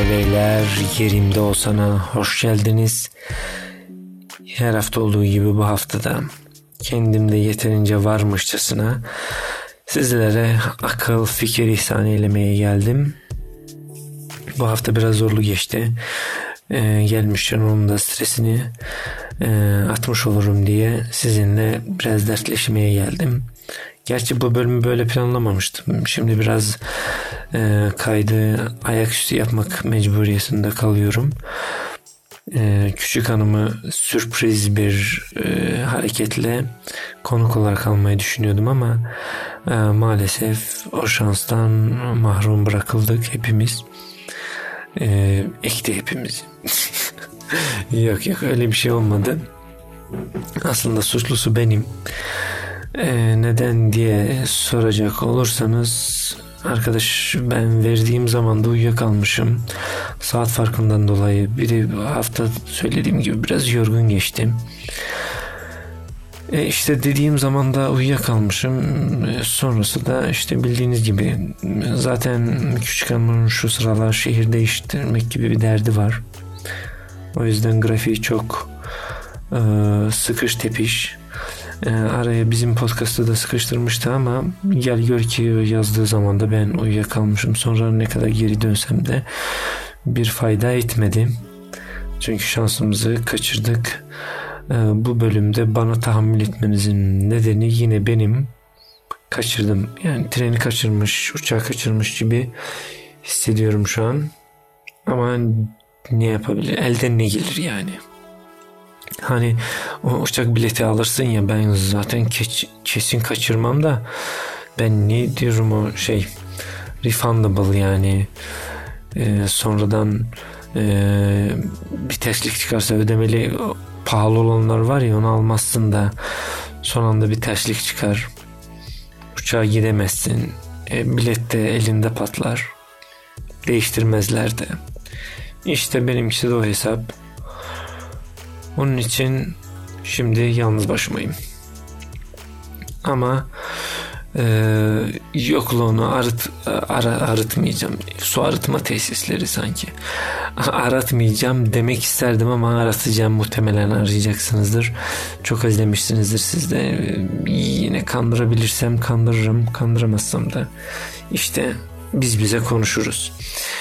hanımlar beyler, yerimde olsana hoş geldiniz. Her hafta olduğu gibi bu haftada kendimde yeterince varmışçasına sizlere akıl fikir ihsan eylemeye geldim. Bu hafta biraz zorlu geçti. Gelmişken onun da stresini atmış olurum diye sizinle biraz dertleşmeye geldim. Gerçi bu bölümü böyle planlamamıştım. Şimdi biraz kaydı ayaküstü yapmak mecburiyetinde kalıyorum. Küçük hanımı sürpriz bir hareketle konuk olarak almayı düşünüyordum ama maalesef o şanstan mahrum bırakıldık hepimiz. Ekti hepimiz. Yok öyle bir şey olmadı. Aslında suçlusu benim. Neden diye soracak olursanız, arkadaş ben verdiğim zaman da uyuyakalmışım. Saat farkından dolayı bir hafta söylediğim gibi biraz yorgun geçtim. İşte dediğim zaman da uyuyakalmışım. Sonrası da işte bildiğiniz gibi zaten küçük hanımın şu sıralar şehir değiştirmek gibi bir derdi var. O yüzden grafiği çok sıkış tepiş. Araya bizim podcast'ı da sıkıştırmıştı ama gel gör ki yazdığı zaman da ben uyuyakalmışım. Sonra ne kadar geri dönsem de bir fayda etmedi. Çünkü şansımızı kaçırdık. Bu bölümde bana tahammül etmenizin nedeni yine benim. Kaçırdım. Yani treni kaçırmış, uçağı kaçırmış gibi hissediyorum şu an. Ama ne yapabilir? Elden ne gelir yani? Hani o uçak bileti alırsın ya, ben zaten kesin kaçırmam da ben ne diyorum o refundable yani sonradan bir terslik çıkarsa ödemeli pahalı olanlar var ya, onu almazsın da son anda bir terslik çıkar, uçağa gidemezsin, bilet de elinde patlar, değiştirmezler de. İşte benimkisi de o hesap. Onun için şimdi yalnız başımayım. Ama yokluğunu arıtmayacağım. Su arıtma tesisleri sanki. Aratmayacağım demek isterdim ama aratacağım, muhtemelen arayacaksınızdır. Çok özlemişsinizdir siz de. Yine kandırabilirsem kandırırım, kandıramazsam da işte biz bize konuşuruz.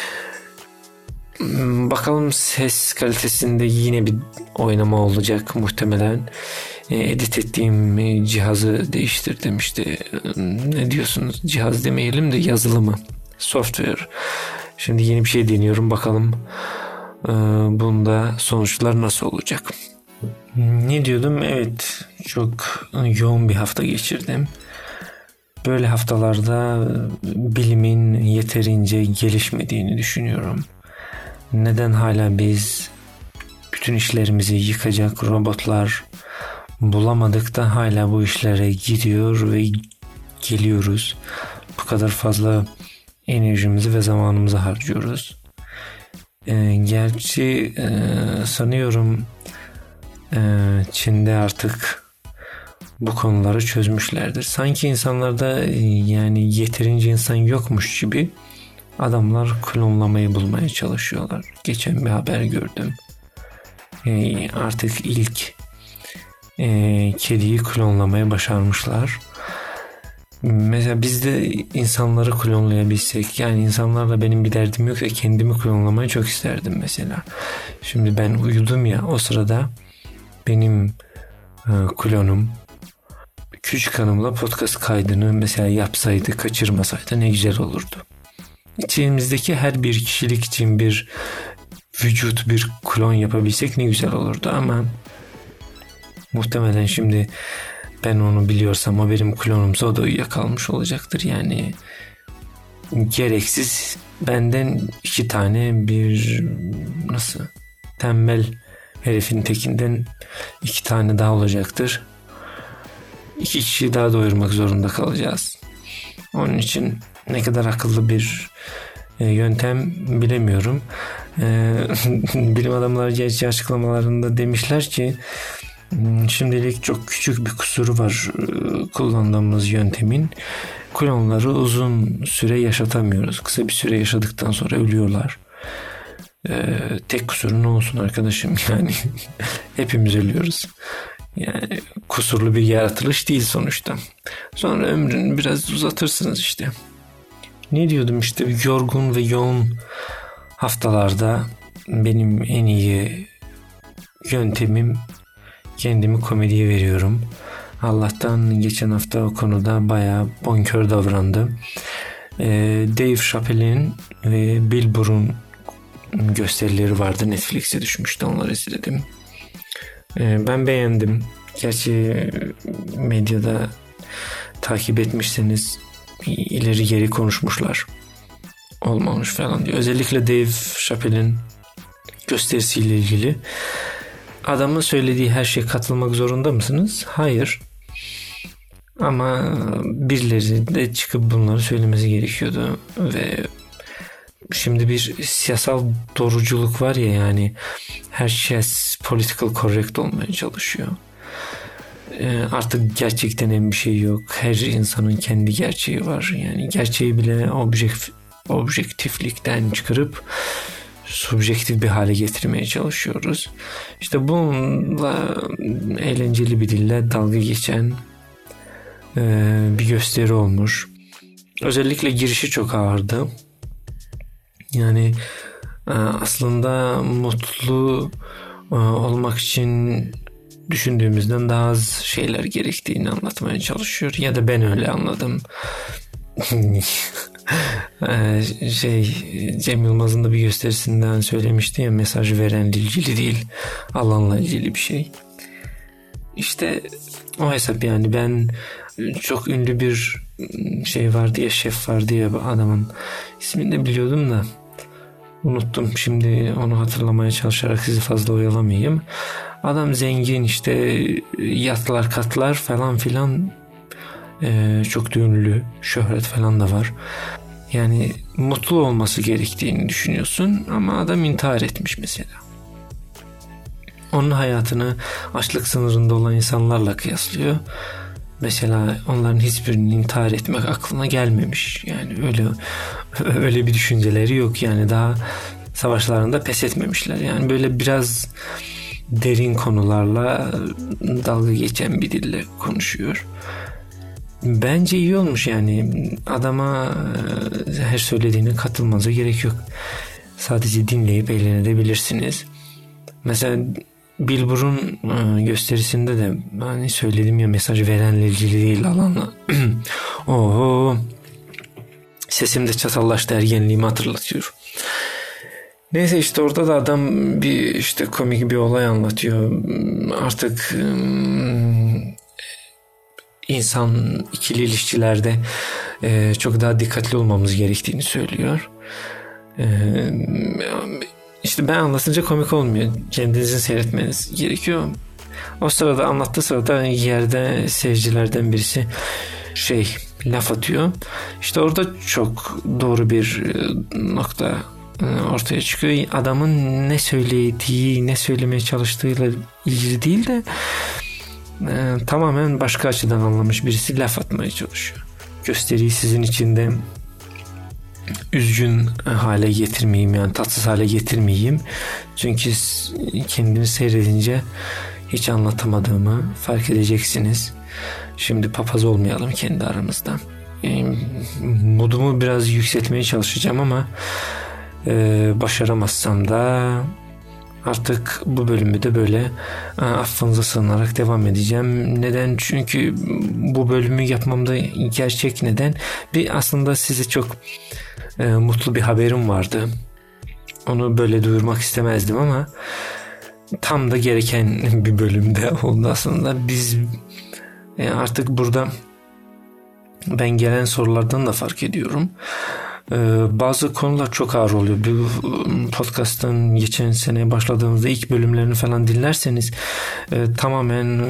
Bakalım, ses kalitesinde yine bir oynama olacak muhtemelen. Edit ettiğim cihazı değiştirdim işte. Ne diyorsunuz? Cihaz demeyelim de yazılımı. Software. Şimdi yeni bir şey deniyorum. Bakalım bunda sonuçlar nasıl olacak? Ne diyordum? Evet, çok yoğun bir hafta geçirdim. Böyle haftalarda bilimin yeterince gelişmediğini düşünüyorum. Neden hala biz bütün işlerimizi yıkacak robotlar bulamadık da hala bu işlere gidiyor ve geliyoruz. Bu kadar fazla enerjimizi ve zamanımızı harcıyoruz. Gerçi sanıyorum Çin'de artık bu konuları çözmüşlerdir. Sanki insanlarda yani yeterince insan yokmuş gibi adamlar klonlamayı bulmaya çalışıyorlar. Geçen bir haber gördüm. Artık ilk kediyi klonlamaya başarmışlar. Mesela biz de insanları klonlayabilsek, yani insanlarla benim bir derdim yok da kendimi klonlamayı çok isterdim mesela. Şimdi ben uyudum ya, o sırada benim klonum küçük hanımla podcast kaydını mesela yapsaydı, kaçırmasaydı ne güzel olurdu. İçimizdeki her bir kişilik için bir vücut, bir klon yapabilsek ne güzel olurdu ama muhtemelen şimdi ben onu biliyorsam, o benim klonumsa o da uyuyakalmış olacaktır. Yani gereksiz benden 2 tane bir tembel herifin tekinden 2 tane daha olacaktır. 2 kişiyi daha doyurmak zorunda kalacağız. Onun için ne kadar akıllı bir yöntem bilemiyorum. Bilim adamları gerçi açıklamalarında demişler ki şimdilik çok küçük bir kusuru var kullandığımız yöntemin. Klonları uzun süre yaşatamıyoruz. Kısa bir süre yaşadıktan sonra ölüyorlar. Tek kusurun olsun arkadaşım yani. Hepimiz ölüyoruz. Yani kusurlu bir yaratılış değil sonuçta. Sonra ömrünü biraz uzatırsınız işte. Ne diyordum işte, yorgun ve yoğun haftalarda benim en iyi yöntemim, kendimi komediye veriyorum. Allah'tan geçen hafta o konuda bayağı bonkör davrandım. Dave Chappelle'in ve Bill Burr'un gösterileri vardı. Netflix'e düşmüştü. Onları izledim. Ben beğendim. Gerçi medyada takip etmişseniz ileri geri konuşmuşlar. Olmamış falan diyor. Özellikle Dave Chappelle'in gösterisiyle ilgili. Adamın söylediği her şeye katılmak zorunda mısınız? Hayır. Ama birileri de çıkıp bunları söylemesi gerekiyordu ve şimdi bir siyasal doğruculuk var ya, yani herkes political correct olmaya çalışıyor. Artık gerçekten en bir şey yok. Her insanın kendi gerçeği var. Yani gerçeği bile objektiflikten çıkarıp subjektif bir hale getirmeye çalışıyoruz. İşte bununla eğlenceli bir dille dalga geçen bir gösteri olmuş. Özellikle girişi çok ağırdı. Yani aslında mutlu olmak için düşündüğümüzden daha az şeyler gerektiğini anlatmaya çalışıyor. Ya da ben öyle anladım. Cem Yılmaz'ın da bir gösterisinden söylemişti ya, mesaj verenle ilgili değil, alanla ilgili bir şey. İşte o hesap yani. Ben çok ünlü bir şey vardı ya, şef vardı ya, adamın ismini de biliyordum da unuttum. Şimdi onu hatırlamaya çalışarak sizi fazla oyalamayayım. Adam zengin, işte yatlar katlar falan filan, çok da ünlü, şöhret falan da var. Yani mutlu olması gerektiğini düşünüyorsun ama adam intihar etmiş mesela. Onun hayatını açlık sınırında olan insanlarla kıyaslıyor. Mesela onların hiçbirinin intihar etmek aklına gelmemiş. Yani öyle bir düşünceleri yok. Yani daha savaşlarında pes etmemişler. Yani böyle biraz derin konularla dalga geçen bir dille konuşuyor. Bence iyi olmuş yani. Adama her söylediğine katılmanıza gerek yok. Sadece dinleyip eğlenebilirsiniz. Mesela Bill Burr'un gösterisinde de hani söyledim ya, mesaj verenle ilgili değil, alanla. Oho, sesim de çatallaştı, ergenliğimi hatırlatıyor. Neyse işte orada da adam bir işte komik bir olay anlatıyor. Artık insan ikili ilişkilerde çok daha dikkatli olmamız gerektiğini söylüyor. İşte ben anlatınca komik olmuyor. Kendinizin seyretmeniz gerekiyor. O sırada, anlattığı sırada yerde seyircilerden birisi laf atıyor. İşte orada çok doğru bir nokta ortaya çıkıyor. Adamın ne söylediği, ne söylemeye çalıştığıyla ilgili değil de tamamen başka açıdan anlamış birisi laf atmaya çalışıyor. Gösteriyi sizin için de üzgün hale getirmeyeyim, yani tatsız hale getirmeyeyim. Çünkü kendini seyredince hiç anlatamadığımı fark edeceksiniz. Şimdi papaz olmayalım kendi aramızda. Modumu biraz yükseltmeye çalışacağım ama başaramazsam da artık bu bölümü de böyle affınıza sığınarak devam edeceğim. Neden? Çünkü bu bölümü yapmamda gerçek neden, bir aslında size çok mutlu bir haberim vardı. Onu böyle duyurmak istemezdim ama tam da gereken bir bölümde oldu aslında. Biz artık burada ben gelen sorulardan da fark ediyorum. Bazı konular çok ağır oluyor. Bu podcast'ın geçen sene başladığımızda ilk bölümlerini falan dinlerseniz tamamen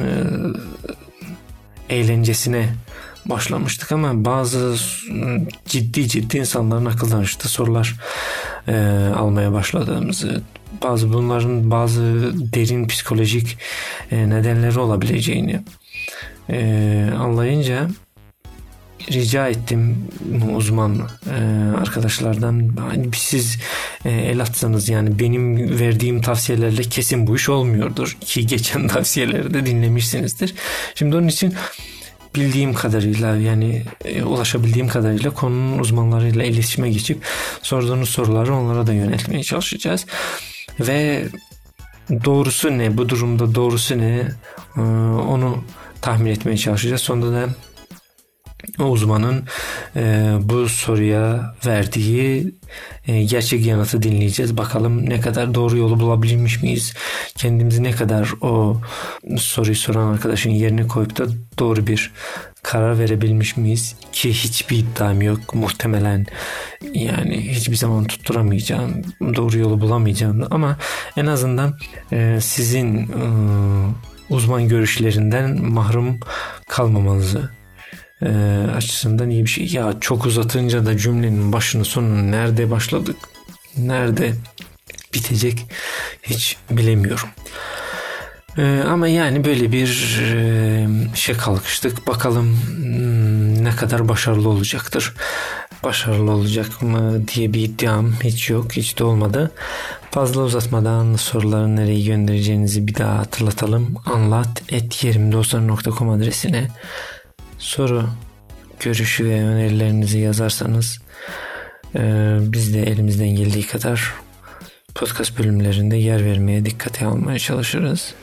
eğlencesine başlamıştık ama bazı ciddi insanların akıldan çıktı sorular almaya başladığımızı, bunların bazı derin psikolojik nedenleri olabileceğini anlayınca rica ettim uzman arkadaşlardan, hani siz el atsanız, yani benim verdiğim tavsiyelerle kesin bu iş olmuyordur ki geçen tavsiyeleri de dinlemişsinizdir. Şimdi onun için bildiğim kadarıyla, yani ulaşabildiğim kadarıyla konunun uzmanlarıyla iletişime geçip sorduğunuz soruları onlara da yöneltmeye çalışacağız. Ve doğrusu ne, bu durumda doğrusu ne, onu tahmin etmeye çalışacağız. Sonunda da o uzmanın bu soruya verdiği gerçek yanıtı dinleyeceğiz. Bakalım ne kadar doğru yolu bulabilmiş miyiz? Kendimizi ne kadar o soruyu soran arkadaşın yerine koyup da doğru bir karar verebilmiş miyiz? Ki hiçbir iddiam yok. Muhtemelen yani hiçbir zaman tutturamayacağım, doğru yolu bulamayacağım. Ama en azından sizin uzman görüşlerinden mahrum kalmamanızı açısından iyi bir şey. Ya çok uzatınca da cümlenin başını sonunu nerede başladık, nerede bitecek hiç bilemiyorum. Ama yani böyle bir şey kalkıştık. Bakalım ne kadar başarılı olacaktır. Başarılı olacak mı diye bir iddiam hiç yok. Hiç de olmadı. Fazla uzatmadan soruları nereye göndereceğinizi bir daha hatırlatalım. anlat@yerimdostlar.com adresine soru, görüşü ve önerilerinizi yazarsanız biz de elimizden geldiği kadar podcast bölümlerinde yer vermeye, dikkate almaya çalışırız.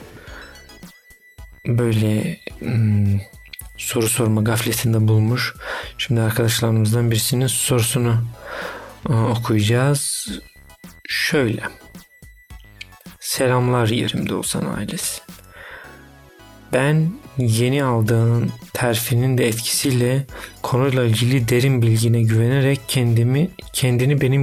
Böyle soru sorma gafletinde bulmuş. Şimdi arkadaşlarımızdan birisinin sorusunu okuyacağız. Şöyle. Selamlar Yerimde Olsan ailesi. Ben yeni aldığım terfinin de etkisiyle konuyla ilgili derin bilgine güvenerek kendini benim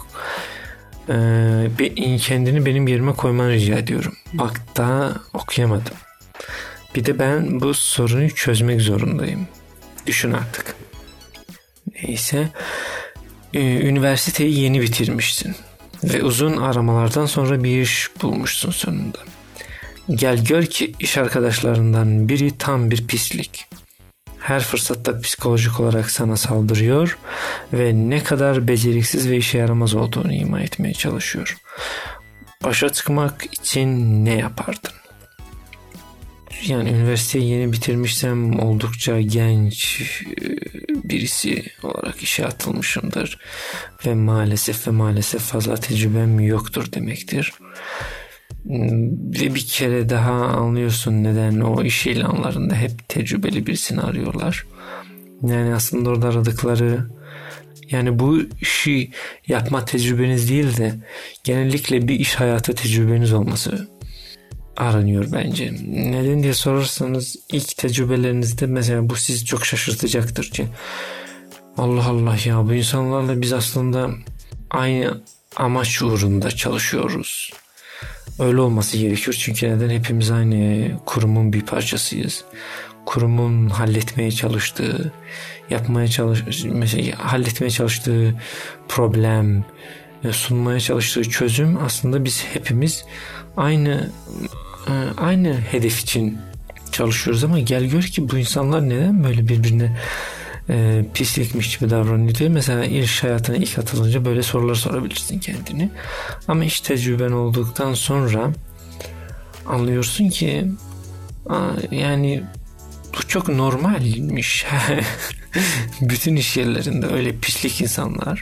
yerime koymanı rica ediyorum. Bak daha okuyamadım. Bir de ben bu sorunu çözmek zorundayım. Düşün artık. Neyse. Üniversiteyi yeni bitirmişsin. Ve uzun aramalardan sonra bir iş bulmuşsun sonunda. Gel gör ki iş arkadaşlarından biri tam bir pislik. Her fırsatta psikolojik olarak sana saldırıyor ve ne kadar beceriksiz ve işe yaramaz olduğunu ima etmeye çalışıyor. Başa çıkmak için ne yapardın? Yani üniversiteyi yeni bitirmişsem oldukça genç birisi olarak işe atılmışımdır ve maalesef fazla tecrübem yoktur demektir. Ve bir kere daha anlıyorsun neden o iş ilanlarında hep tecrübeli birisini arıyorlar. Yani aslında orada aradıkları, yani bu işi yapma tecrübeniz değil de genellikle bir iş hayatı tecrübeniz olması aranıyor bence. Neden diye sorarsanız ilk tecrübelerinizde mesela bu sizi çok şaşırtacaktır ki Allah Allah ya, bu insanlarla biz aslında aynı amaç uğrunda çalışıyoruz. Öyle olması gerekiyor çünkü neden? Hepimiz aynı kurumun bir parçasıyız. Kurumun halletmeye çalıştığı, halletmeye çalıştığı problem, sunmaya çalıştığı çözüm, aslında biz hepimiz aynı hedef için çalışıyoruz. Ama gel gör ki bu insanlar neden böyle birbirine pislikmiş gibi davranıyor diye. Mesela iş hayatına ilk atılınca böyle sorular sorabilirsin kendini. Ama iş tecrüben olduktan sonra anlıyorsun ki yani bu çok normalmiş. Bütün iş yerlerinde öyle pislik insanlar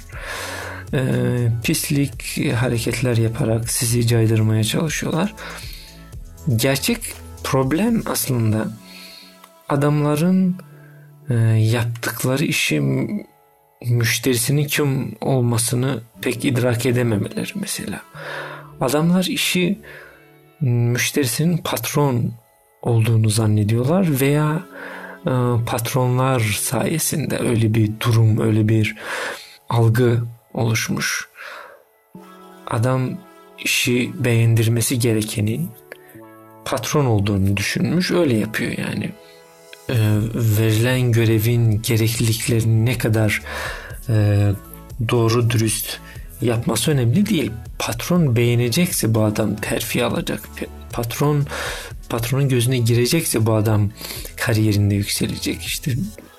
pislik hareketler yaparak sizi caydırmaya çalışıyorlar. Gerçek problem aslında adamların yaptıkları işi müşterisinin kim olmasını pek idrak edememeleri mesela. Adamlar işi müşterisinin patron olduğunu zannediyorlar veya patronlar sayesinde öyle bir durum, öyle bir algı oluşmuş. Adam işi beğendirmesi gerekenin patron olduğunu düşünmüş, öyle yapıyor yani. Verilen görevin gerekliliklerini ne kadar doğru dürüst yapması önemli değil. Patron beğenecekse bu adam terfi alacak. Patronun gözüne girecekse bu adam kariyerinde yükselecek. İşte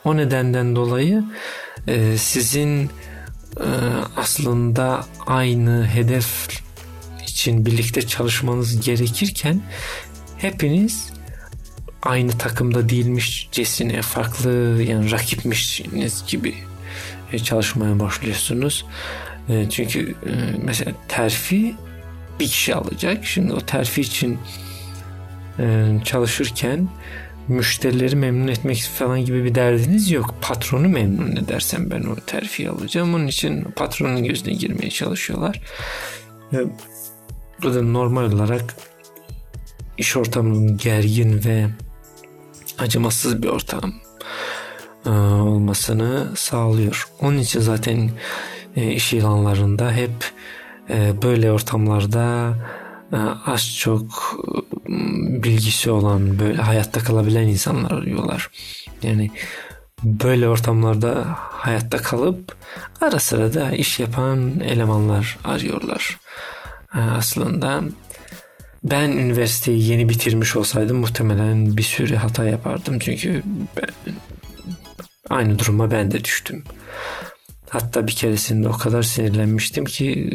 O nedenden dolayı sizin aslında aynı hedef için birlikte çalışmanız gerekirken hepiniz aynı takımda değilmişcesine, farklı yani rakipmişsiniz gibi çalışmaya başlıyorsunuz. Çünkü mesela terfi bir kişi alacak. Şimdi o terfi için çalışırken müşterileri memnun etmek falan gibi bir derdiniz yok. Patronu memnun edersem ben o terfiyi alacağım. Onun için patronun gözüne girmeye çalışıyorlar. Bu da normal olarak iş ortamının gergin ve acımasız bir ortam olmasını sağlıyor. Onun için zaten iş ilanlarında hep böyle ortamlarda az çok bilgisi olan, böyle hayatta kalabilen insanlar arıyorlar. Yani böyle ortamlarda hayatta kalıp ara sıra da iş yapan elemanlar arıyorlar. Aslında ben üniversiteyi yeni bitirmiş olsaydım muhtemelen bir sürü hata yapardım. Çünkü aynı duruma ben de düştüm. Hatta bir keresinde o kadar sinirlenmiştim ki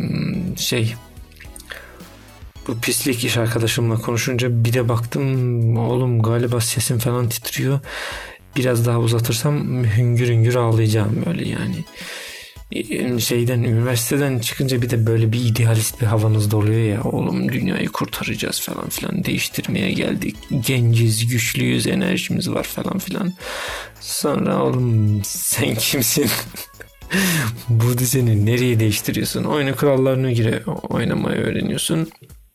bu pislik iş arkadaşımla konuşunca bir de baktım, oğlum galiba sesim falan titriyor. Biraz daha uzatırsam hüngür hüngür ağlayacağım böyle yani. Üniversiteden çıkınca bir de böyle bir idealist bir havanız da oluyor ya, oğlum dünyayı kurtaracağız falan filan, değiştirmeye geldik, genciz, güçlüyüz, enerjimiz var falan filan. Sonra oğlum sen kimsin? Bu düzeni nereye değiştiriyorsun? Oyunun kurallarına göre oynamayı öğreniyorsun.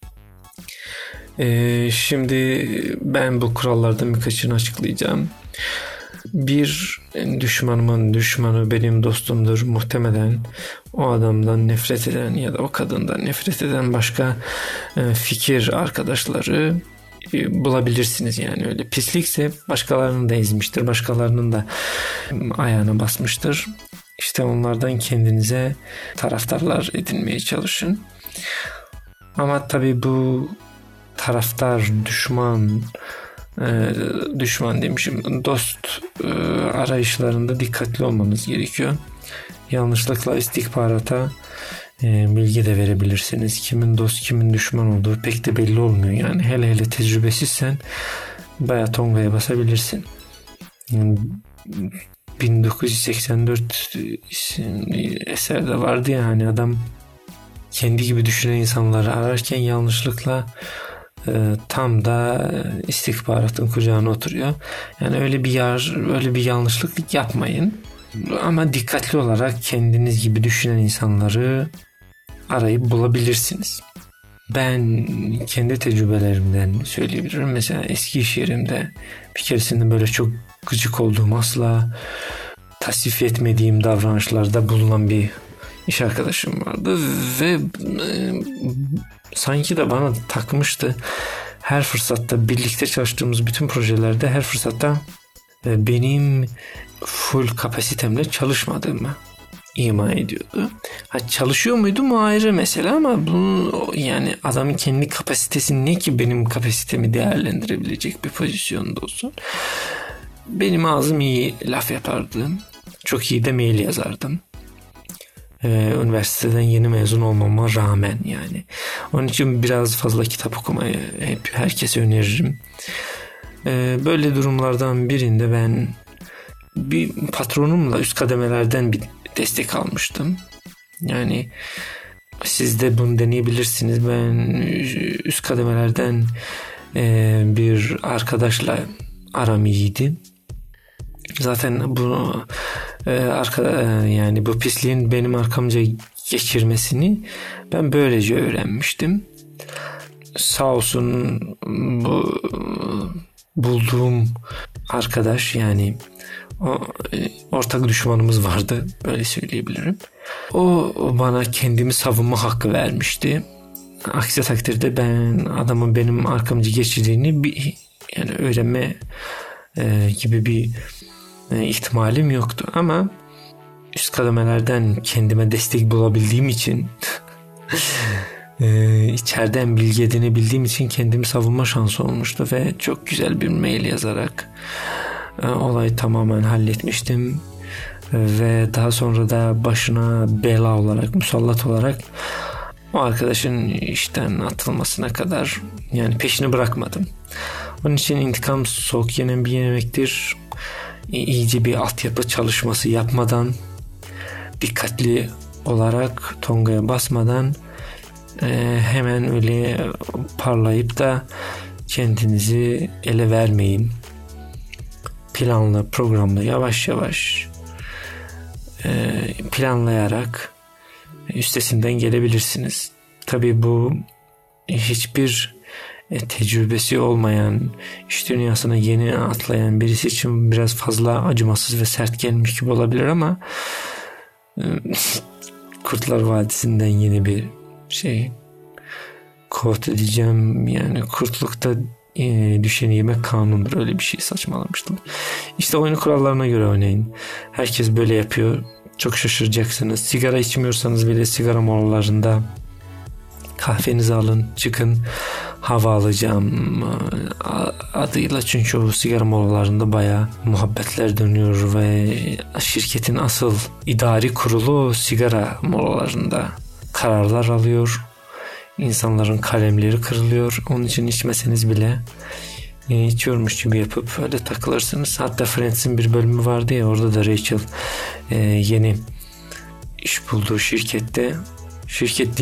Şimdi ben bu kurallardan birkaçını açıklayacağım. Bir düşmanımın düşmanı benim dostumdur. Muhtemelen o adamdan nefret eden ya da o kadından nefret eden başka fikir arkadaşları bulabilirsiniz. Yani öyle pislikse başkalarını da ezmiştir, başkalarının da ayağına basmıştır. İşte onlardan kendinize taraftarlar edinmeye çalışın. Ama tabii bu taraftar, düşman demişim, dost arayışlarında dikkatli olmanız gerekiyor. Yanlışlıkla istihbarata bilgi de verebilirsiniz. Kimin dost, kimin düşman olduğu pek de belli olmuyor. Yani hele tecrübesizsen bayağı tongaya basabilirsin. 1984 isimli eserde vardı ya, hani adam kendi gibi düşünen insanları ararken yanlışlıkla tam da istihbaratın kucağına oturuyor. Yani öyle bir yanlışlık yapmayın. Ama dikkatli olarak kendiniz gibi düşünen insanları arayıp bulabilirsiniz. Ben kendi tecrübelerimden söyleyebilirim. Mesela eski iş yerimde bir keresinde böyle çok gıcık olduğum, asla tasvip etmediğim davranışlarda bulunan bir iş arkadaşım vardı ve sanki de bana takmıştı. Her fırsatta, birlikte çalıştığımız bütün projelerde her fırsatta benim full kapasitemle çalışmadığımı ima ediyordu. Çalışıyor muydum o ayrı mesele, ama bunu yani adamın kendi kapasitesi ne ki benim kapasitemi değerlendirebilecek bir pozisyonda olsun. Benim ağzım iyi laf yapardım. Çok iyi de mail yazardım. Üniversiteden yeni mezun olmama rağmen yani. Onun için biraz fazla kitap okumayı hep herkese öneririm. Böyle durumlardan birinde ben bir patronumla üst kademelerden bir destek almıştım. Yani siz de bunu deneyebilirsiniz. Ben üst kademelerden bir arkadaşla aram iyiydi. Zaten bunu yani bu pisliğin benim arkamca geçirmesini ben böylece öğrenmiştim. Sağ olsun bu bulduğum arkadaş, yani ortak düşmanımız vardı, böyle söyleyebilirim. O bana kendimi savunma hakkı vermişti. Aksi takdirde ben adamın benim arkamca geçirdiğini yani öğrenme gibi bir ihtimalim yoktu. Ama üst kademelerden kendime destek bulabildiğim için içeriden bilgi edinebildiğim için kendimi savunma şansı olmuştu ve çok güzel bir mail yazarak olayı tamamen halletmiştim. Ve daha sonra da başına bela olarak, musallat olarak o arkadaşın işten atılmasına kadar yani peşini bırakmadım. Onun için intikam soğuk yenen bir yemektir. İyice bir altyapı çalışması yapmadan, dikkatli olarak tongaya basmadan hemen öyle parlayıp da kendinizi ele vermeyin. Planlı, programlı, yavaş yavaş planlayarak üstesinden gelebilirsiniz. Tabii bu hiçbir tecrübesi olmayan, iş dünyasına yeni atlayan birisi için biraz fazla acımasız ve sert gelmiş gibi olabilir ama Kurtlar Vadisi'nden yeni bir şey quote edeceğim. Yani kurtlukta düşeni yemek kanundur. Öyle bir şey saçmalamıştım. İşte oyunu kurallarına göre oynayın. Herkes böyle yapıyor. Çok şaşıracaksınız. Sigara içmiyorsanız bile sigara molalarında kahvenizi alın, çıkın. Hava alacağım adıyla, çünkü o sigara molalarında bayağı muhabbetler dönüyor ve şirketin asıl idari kurulu sigara molalarında kararlar alıyor. İnsanların kalemleri kırılıyor. Onun için içmeseniz bile içiyormuş gibi yapıp öyle takılırsınız. Hatta Friends'in bir bölümü vardı ya, orada da Rachel yeni iş bulduğu şirkette şirket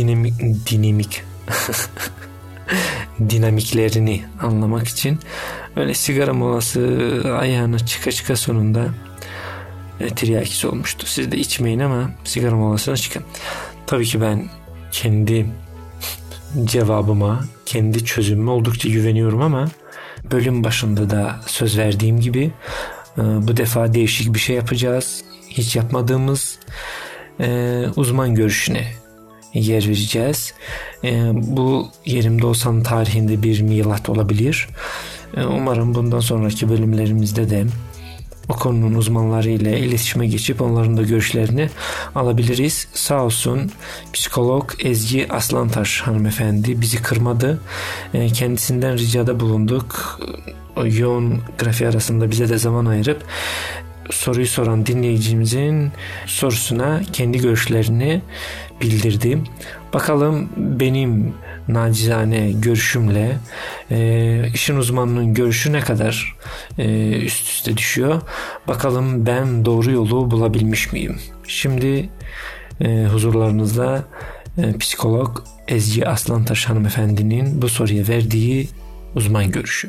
dinamiklerini anlamak için öyle sigara molası ayağına çıka sonunda tiryakisi olmuştu. Siz de içmeyin ama sigara molasına çıkın. Tabii ki ben kendi cevabıma, kendi çözümüme oldukça güveniyorum ama bölüm başında da söz verdiğim gibi bu defa değişik bir şey yapacağız. Hiç yapmadığımız uzman görüşüne yer vereceğiz. Bu Yerimde Olsam tarihinde bir milat olabilir. Umarım bundan sonraki bölümlerimizde de o konunun uzmanları ile iletişime geçip onların da görüşlerini alabiliriz. Sağ olsun psikolog Ezgi Aslantaş hanımefendi bizi kırmadı. Kendisinden ricada bulunduk. O yoğun grafiği arasında bize de zaman ayırıp soruyu soran dinleyicimizin sorusuna kendi görüşlerini bildirdi. Bakalım benim nacizane görüşümle işin uzmanının görüşü ne kadar üst üste düşüyor. Bakalım ben doğru yolu bulabilmiş miyim? Şimdi huzurlarınızda psikolog Ezgi Aslantaş hanımefendinin bu soruya verdiği uzman görüşü.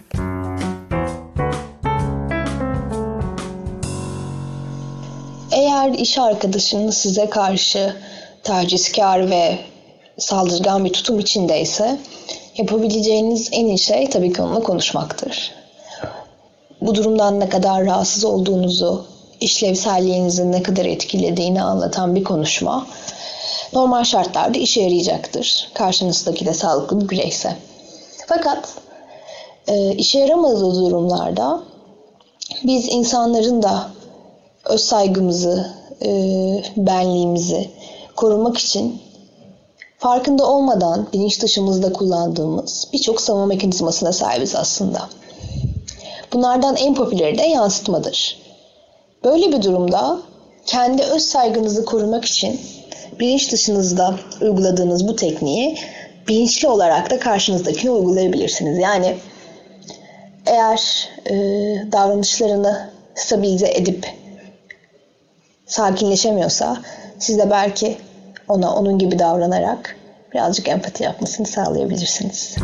Eğer iş arkadaşınız size karşı tacizkar ve saldırgan bir tutum içindeyse yapabileceğiniz en iyi şey tabii ki onunla konuşmaktır. Bu durumdan ne kadar rahatsız olduğunuzu, işlevselliğinizi ne kadar etkilediğini anlatan bir konuşma normal şartlarda işe yarayacaktır. Karşınızdaki de sağlıklı bir bireyse. Fakat işe yaramadığı durumlarda biz insanların da öz saygımızı, benliğimizi korumak için farkında olmadan bilinç dışımızda kullandığımız birçok savunma mekanizmasına sahibiz aslında. Bunlardan en popüleri de yansıtmadır. Böyle bir durumda kendi öz saygınızı korumak için bilinç dışınızda uyguladığınız bu tekniği bilinçli olarak da karşınızdakine uygulayabilirsiniz. Yani eğer davranışlarını stabilize edip sakinleşemiyorsa siz de belki ona onun gibi davranarak birazcık empati yapmasını sağlayabilirsiniz.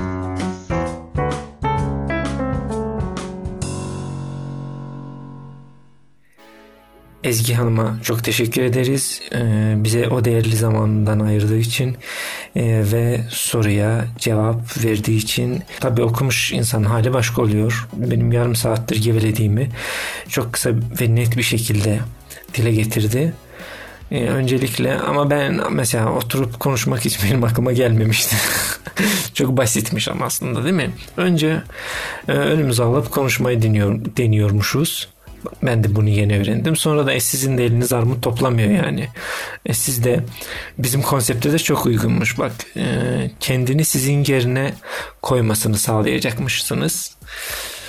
Ezgi Hanım'a çok teşekkür ederiz. Bize o değerli zamanından ayırdığı için ve soruya cevap verdiği için. Tabii okumuş insan hali başka oluyor. Benim yarım saattir gevelediğimi çok kısa ve net bir şekilde dile getirdi. Öncelikle ama ben mesela oturup konuşmak hiç benim aklıma gelmemişti. Çok basitmiş ama aslında, değil mi? Önce önümüze alıp konuşmayı deniyormuşuz. Ben de bunu yeni öğrendim. Sonra da sizin de eliniz armut toplamıyor yani. Siz de bizim konsepte de çok uygunmuş. Bak kendini sizin yerine koymasını sağlayacakmışsınız.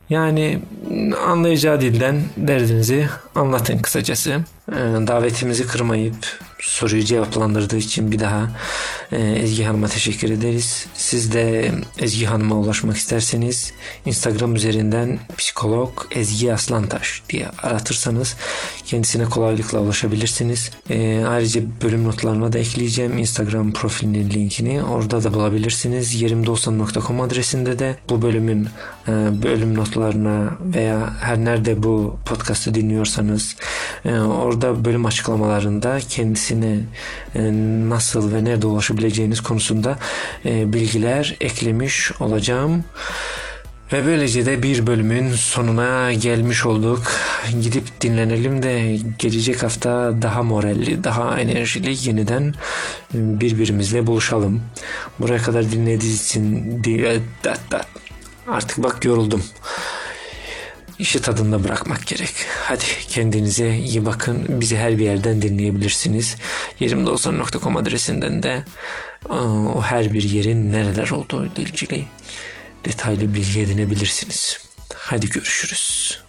Yani anlayacağı dilden derdinizi anlatın kısacası. Davetimizi kırmayıp soruyu cevaplandırdığı için bir daha Ezgi Hanım'a teşekkür ederiz. Siz de Ezgi Hanım'a ulaşmak isterseniz Instagram üzerinden psikolog Ezgi Aslantaş diye aratırsanız kendisine kolaylıkla ulaşabilirsiniz. Ayrıca bölüm notlarına da ekleyeceğim Instagram profilinin linkini. Orada da bulabilirsiniz. yerimdeolsam.com adresinde de bu bölümün bölüm notlarına veya her nerede bu podcast'ı dinliyorsanız orada bölüm açıklamalarında kendisine nasıl ve nerede ulaşabileceğiniz konusunda bilgiler eklemiş olacağım. Ve böylece de bir bölümün sonuna gelmiş olduk. Gidip dinlenelim de gelecek hafta daha moralli, daha enerjili yeniden birbirimizle buluşalım. Buraya kadar dinlediğiniz için artık bak yoruldum. İşi tadında bırakmak gerek. Hadi kendinize iyi bakın. Bizi her bir yerden dinleyebilirsiniz. yerimdeolsam.com adresinden de o her bir yerin nereler olduğu ile ilgili detaylı bilgi edinebilirsiniz. Hadi görüşürüz.